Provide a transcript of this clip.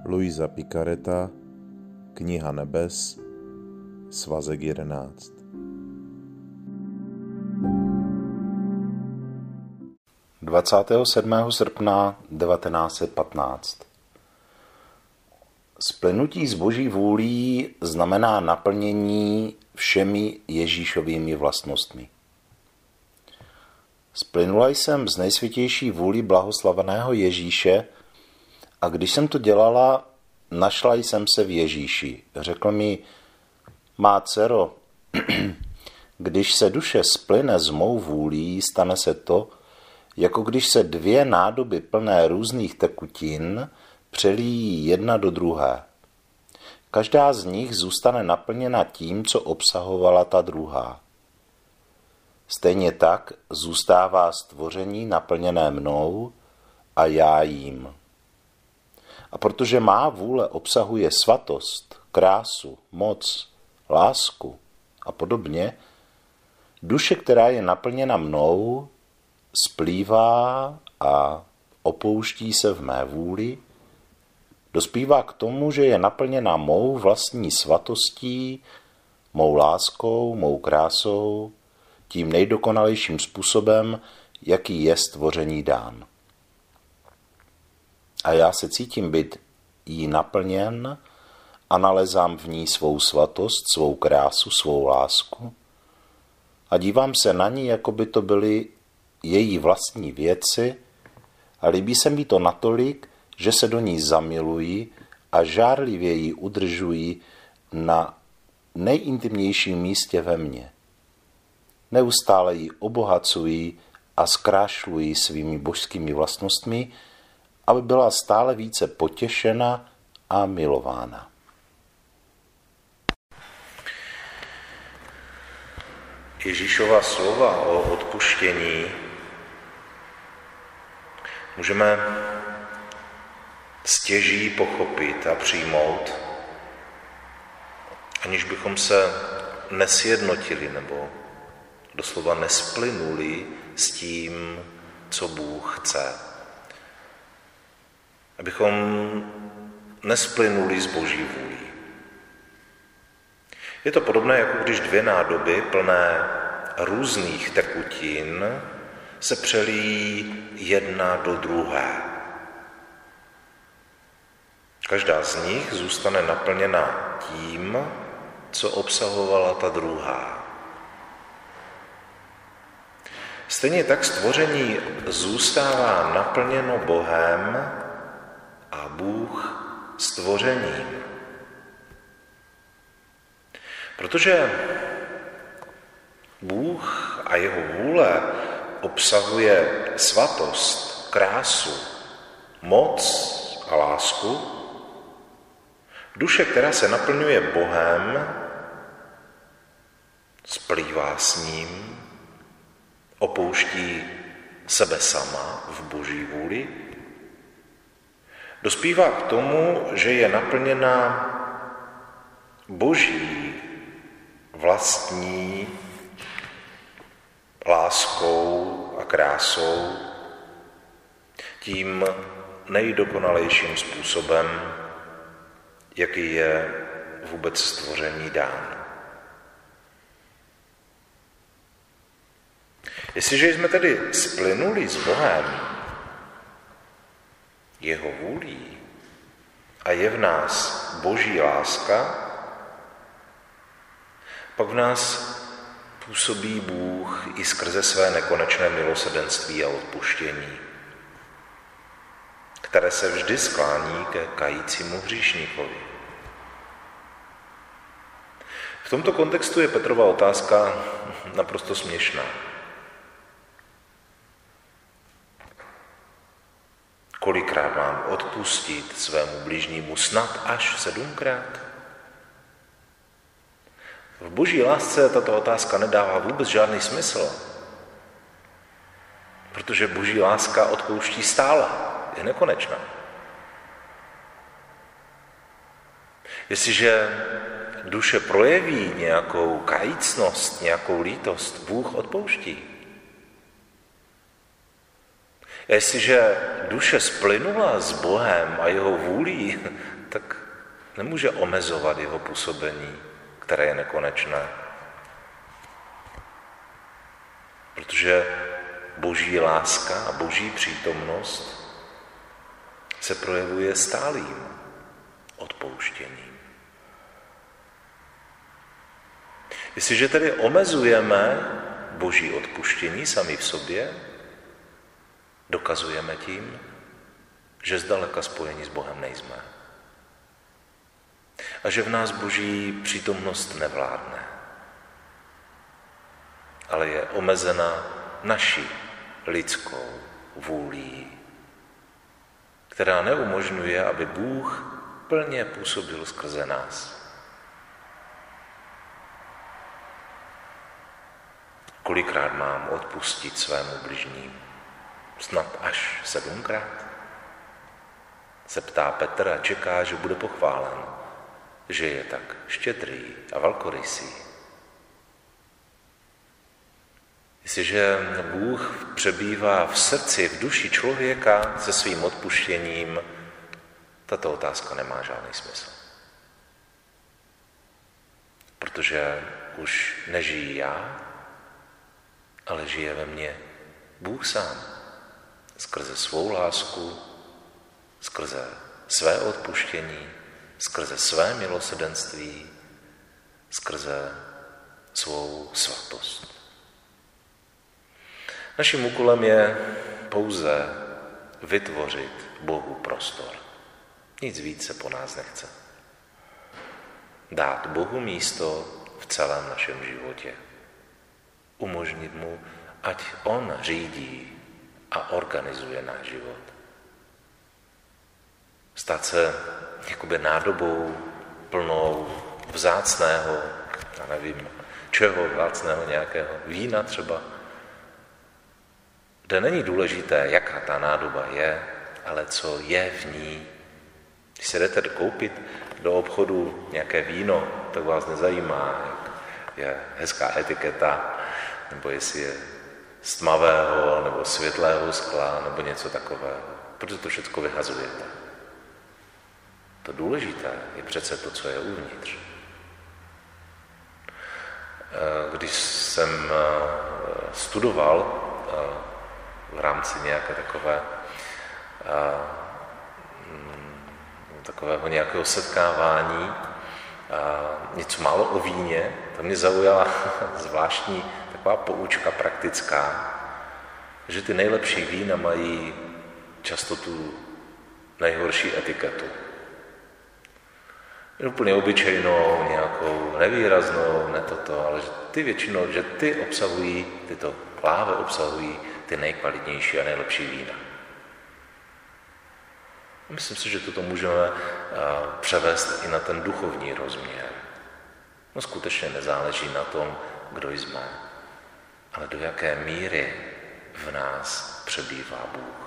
Luisa Picareta, Kniha nebes, svazek 11. Dvacátého 7. srpna 1915. Splynutí s Boží vůlí znamená naplnění všemi Ježíšovými vlastnostmi. Splynula jsem z nejsvětější vůli blahoslaveného Ježíše a když jsem to dělala, našla jsem se v Ježíši. Řekl mi: má dcero, když se duše splyne s mou vůlí, stane se to, jako když se dvě nádoby plné různých tekutin přelíjí jedna do druhé. Každá z nich zůstane naplněna tím, co obsahovala ta druhá. Stejně tak zůstává stvoření naplněné mnou a já jím. A protože má vůle obsahuje svatost, krásu, moc, lásku a podobně, duše, která je naplněna mnou, splývá a opouští se v mé vůli, dospívá k tomu, že je naplněna mou vlastní svatostí, mou láskou, mou krásou, tím nejdokonalejším způsobem, jaký je stvoření dán. A já se cítím být jí naplněn a nalezám v ní svou svatost, svou krásu, svou lásku a dívám se na ní, jako by to byly její vlastní věci a líbí se mi to natolik, že se do ní zamiluji a žárlivě ji udržuji na nejintimnějším místě ve mně. Neustále ji obohacuji a zkrášluji svými božskými vlastnostmi, aby byla stále více potěšena a milována. Ježíšova slova o odpuštění můžeme stěží pochopit a přijmout, aniž bychom se nesjednotili nebo doslova nesplynuli s tím, co Bůh chce. Abychom nesplynuli s Boží vůlí. Je to podobné, jako když dvě nádoby plné různých tekutin se přelíjí jedna do druhé. Každá z nich zůstane naplněna tím, co obsahovala ta druhá. Stejně tak stvoření zůstává naplněno Bohem a Bůh stvořením. Protože Bůh a jeho vůle obsahuje svatost, krásu, moc a lásku, duše, která se naplňuje Bohem, splývá s ním, opouští sebe sama v Boží vůli, dospívá k tomu, že je naplněna Boží vlastní láskou a krásou, tím nejdokonalejším způsobem, jaký je vůbec stvoření dán. Jestliže jsme tedy splynuli s Bohem, jeho vůlí a je v nás Boží láska, pak v nás působí Bůh i skrze své nekonečné milosrdenství a odpuštění, které se vždy sklání ke kajícímu hříšníkovi. V tomto kontextu je Petrova otázka naprosto směšná. Kolikrát mám odpustit svému bližnímu? Snad až 7krát? V Boží lásce tato otázka nedává vůbec žádný smysl, protože Boží láska odpouští stále, je nekonečná. Jestliže duše projeví nějakou kajícnost, nějakou lítost, Bůh odpouští. A jestliže duše splynula s Bohem a jeho vůlí, nemůže omezovat jeho působení, které je nekonečné. Protože boží láska a boží přítomnost se projevuje stálým odpouštěním. Jestliže tedy omezujeme boží odpuštění sami v sobě, dokazujeme tím, že zdaleka spojení s Bohem nejsme. A že v nás boží přítomnost nevládne, ale je omezena naší lidskou vůlí, která neumožňuje, aby Bůh plně působil skrze nás. Kolikrát mám odpustit svému bližnímu? Snad až 7krát? Se ptá Petr a čeká, že bude pochválen, že je tak štědrý a velkorysý. Jestliže Bůh přebývá v srdci, v duši člověka se svým odpuštěním, tato otázka nemá žádný smysl. Protože už nežijí já, ale žije ve mně Bůh sám. Skrze svou lásku, skrze své odpuštění, skrze své milosrdenství, skrze svou svatost. Naším úkolem je pouze vytvořit Bohu prostor. Nic víc se po nás nechce. Dát Bohu místo v celém našem životě. Umožnit mu, ať on řídí a organizuje náš život. Stát se jakoby nádobou plnou vzácného, já nevím čeho, vzácného nějakého vína třeba, kde není důležité, jaká ta nádoba je, ale co je v ní. Když se jdete koupit do obchodu nějaké víno, tak vás nezajímá, jak je hezká etiketa, nebo jestli je z tmavého nebo světlého skla, nebo něco takového, protože to všechno vyhazujete. To důležité je přece to, co je uvnitř. Když jsem studoval v rámci nějaké takového nějakého setkávání něco málo o víně, to mě zaujala zvláštní taková poučka praktická, že ty nejlepší vína mají často tu nejhorší etiketu. Úplně obyčejnou, nějakou nevýraznou, ne toto, ale že ty většinou, že tyto láhve obsahují ty nejkvalitnější a nejlepší vína. Myslím si, že toto můžeme převést i na ten duchovní rozměr. No skutečně nezáleží na tom, kdo jsme, ale do jaké míry v nás přebývá Bůh.